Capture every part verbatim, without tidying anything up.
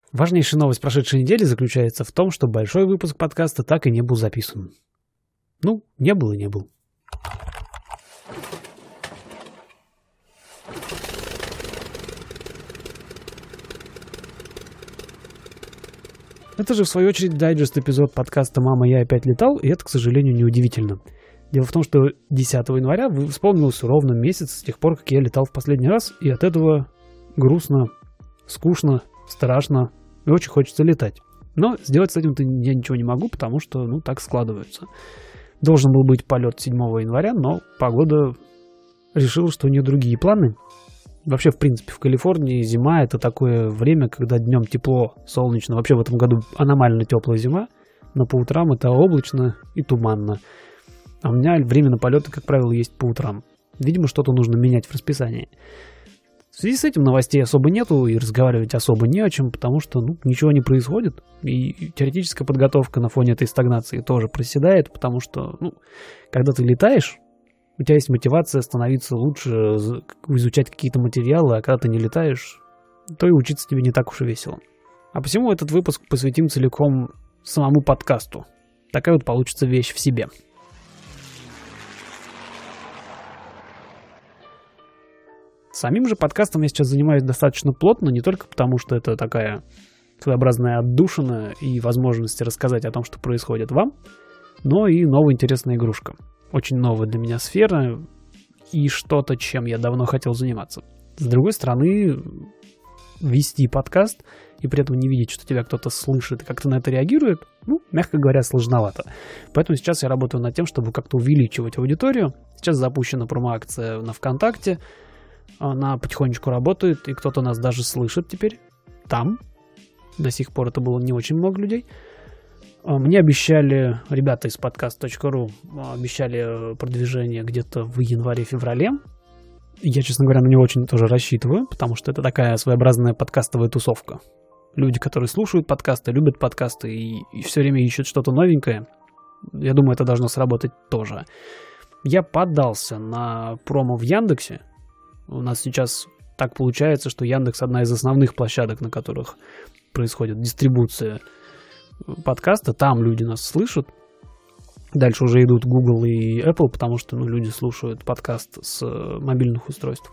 Важнейшая новость прошедшей недели заключается в том, что большой выпуск подкаста так и не был записан. Ну, не был и не был. Это же, в свою очередь, дайджест-эпизод подкаста «Мама, я опять летал», и это, к сожалению, неудивительно. Дело в том, что десятого января вспомнился ровно месяц с тех пор, как я летал в последний раз, и от этого грустно, скучно, страшно, и очень хочется летать. Но сделать с этим-то я ничего не могу, потому что, ну, так складывается. Должен был быть полет седьмого января, но погода решила, что у нее другие планы. Вообще, в принципе, в Калифорнии зима — это такое время, когда днем тепло, солнечно. Вообще в этом году аномально теплая зима, но по утрам это облачно и туманно. А у меня время на полеты, как правило, есть по утрам. Видимо, что-то нужно менять в расписании. В связи с этим новостей особо нету, и разговаривать особо не о чем, потому что ну, ничего не происходит. И теоретическая подготовка на фоне этой стагнации тоже проседает, потому что, ну, когда ты летаешь, у тебя есть мотивация становиться лучше, изучать какие-то материалы, а когда ты не летаешь, то и учиться тебе не так уж и весело. А посему этот выпуск посвятим целиком самому подкасту. Такая вот получится вещь в себе. Самим же подкастом я сейчас занимаюсь достаточно плотно, не только потому, что это такая своеобразная отдушина и возможность рассказать о том, что происходит вам, но и новая интересная игрушка. Очень новая для меня сфера и что-то, чем я давно хотел заниматься. С другой стороны, вести подкаст и при этом не видеть, что тебя кто-то слышит и как-то на это реагирует, ну, мягко говоря, сложновато. Поэтому сейчас я работаю над тем, чтобы как-то увеличивать аудиторию. Сейчас запущена промо-акция на ВКонтакте. Она потихонечку работает, и кто-то нас даже слышит теперь там. До сих пор это было не очень много людей. Мне обещали, ребята из подкаст точка ру, обещали продвижение где-то в январе-феврале. Я, честно говоря, на него очень тоже рассчитываю, потому что это такая своеобразная подкастовая тусовка. Люди, которые слушают подкасты, любят подкасты и, и все время ищут что-то новенькое. Я думаю, это должно сработать тоже. Я поддался на промо в Яндексе. У нас сейчас так получается, что Яндекс одна из основных площадок, на которых происходит дистрибуция подкаста. Там люди нас слышат. Дальше уже идут Google и Apple, потому что ну, люди слушают подкаст с мобильных устройств.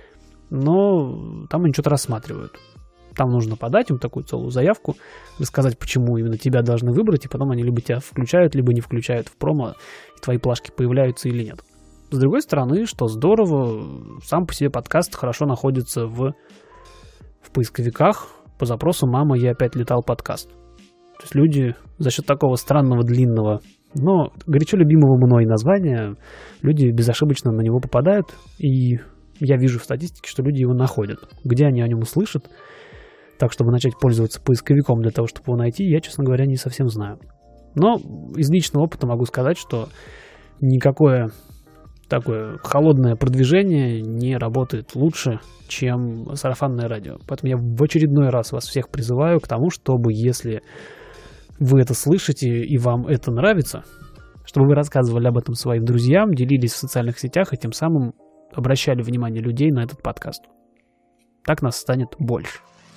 Но там они что-то рассматривают. Там нужно подать им такую целую заявку, рассказать, почему именно тебя должны выбрать, и потом они либо тебя включают, либо не включают в промо, и твои плашки появляются или нет. С другой стороны, что здорово, сам по себе подкаст хорошо находится в, в поисковиках по запросу «Мама, я опять летал подкаст». То есть люди за счет такого странного, длинного, но горячо любимого мной названия, люди безошибочно на него попадают, и я вижу в статистике, что люди его находят. Где они о нем услышат, так, чтобы начать пользоваться поисковиком для того, чтобы его найти, я, честно говоря, не совсем знаю. Но из личного опыта могу сказать, что никакое такое холодное продвижение не работает лучше, чем сарафанное радио. Поэтому я в очередной раз вас всех призываю к тому, чтобы, если вы это слышите и вам это нравится, чтобы вы рассказывали об этом своим друзьям, делились в социальных сетях и тем самым обращали внимание людей на этот подкаст. Так нас станет больше.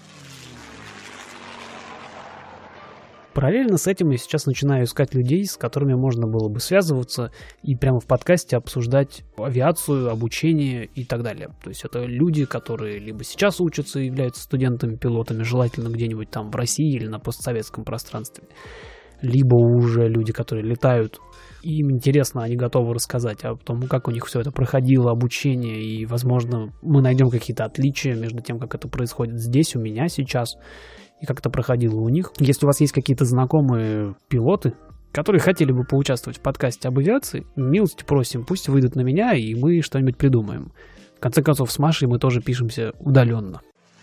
Параллельно с этим я сейчас начинаю искать людей, с которыми можно было бы связываться и прямо в подкасте обсуждать авиацию, обучение и так далее. То есть это люди, которые либо сейчас учатся и являются студентами-пилотами, желательно где-нибудь там в России или на постсоветском пространстве, либо уже люди, которые летают, и им интересно, они готовы рассказать о том, как у них все это проходило, обучение, и, возможно, мы найдем какие-то отличия между тем, как это происходит здесь, у меня сейчас, и как это проходило у них. Если у вас есть какие-то знакомые пилоты, которые хотели бы поучаствовать в подкасте об авиации, милости просим, пусть выйдут на меня, и мы что-нибудь придумаем. В конце концов, с Машей мы тоже пишемся удаленно.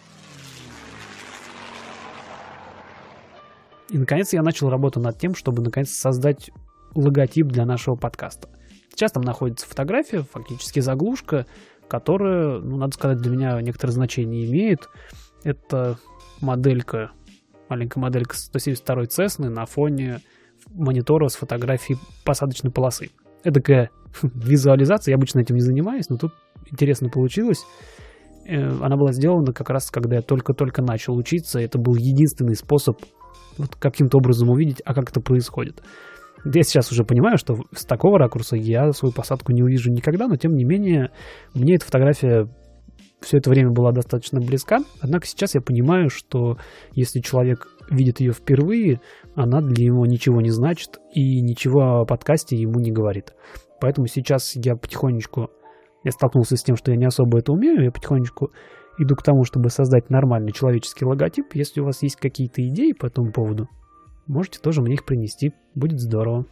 И, наконец, я начал работу над тем, чтобы, наконец, создать логотип для нашего подкаста. Сейчас там находится фотография, фактически заглушка, которая, ну, надо сказать, для меня некоторое значение имеет. Это моделька, маленькая моделька сто семьдесят второй Cessna на фоне монитора с фотографией посадочной полосы. Это такая визуализация, я обычно этим не занимаюсь, но тут интересно получилось. она была сделана как раз, когда я только-только начал учиться. Это был единственный способ вот каким-то образом увидеть, а как это происходит. Я сейчас уже понимаю, что с такого ракурса я свою посадку не увижу никогда, но тем не менее мне эта фотография все это время была достаточно близка. Однако сейчас я понимаю, что если человек видит ее впервые, она для него ничего не значит и ничего о подкасте ему не говорит. Поэтому сейчас я потихонечку, я столкнулся с тем, что я не особо это умею, я потихонечку иду к тому, чтобы создать нормальный человеческий логотип. Если у вас есть какие-то идеи по этому поводу, можете тоже мне их принести, будет здорово.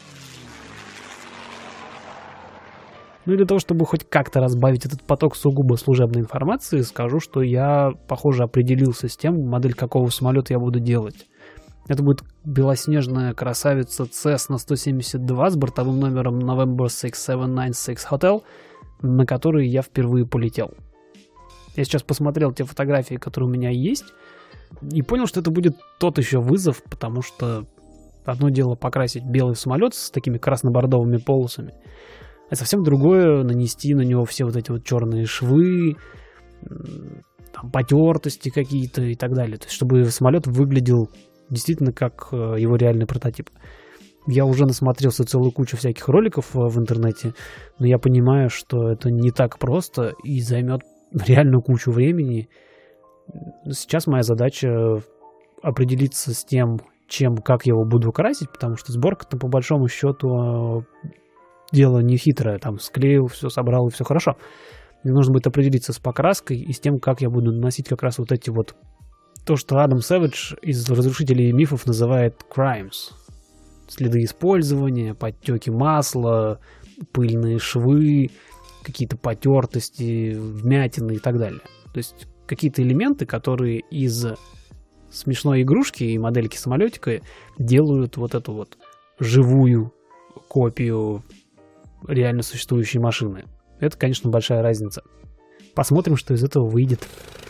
Ну и для того, чтобы хоть как-то разбавить этот поток сугубо служебной информации, скажу, что я, похоже, определился с тем, модель какого самолета я буду делать. Это будет белоснежная красавица Cessna сто семьдесят два с бортовым номером November шесть семь девять шесть Hotel, на который я впервые полетел. Я сейчас посмотрел те фотографии, которые у меня есть, и понял, что это будет тот еще вызов, потому что одно дело покрасить белый самолет с такими красно-бордовыми полосами, а совсем другое нанести на него все вот эти вот черные швы, там, потертости какие-то и так далее. То есть, чтобы самолет выглядел действительно как его реальный прототип. Я уже насмотрелся целую кучу всяких роликов в интернете, но я понимаю, что это не так просто и займет реальную кучу времени. Сейчас моя задача определиться с тем, чем, как я его буду красить, потому что сборка-то по большому счету дело не хитрое, там склеил, все собрал и все хорошо. Мне нужно будет определиться с покраской и с тем, как я буду наносить как раз вот эти вот, то, что Адам Сэвидж из «Разрушителей мифов» называет crimes. Следы использования, подтеки масла, пыльные швы, какие-то потертости, вмятины и так далее. То есть какие-то элементы, которые из смешной игрушки и модельки самолетика делают вот эту вот живую копию реально существующей машины. Это, конечно, большая разница. Посмотрим, что из этого выйдет.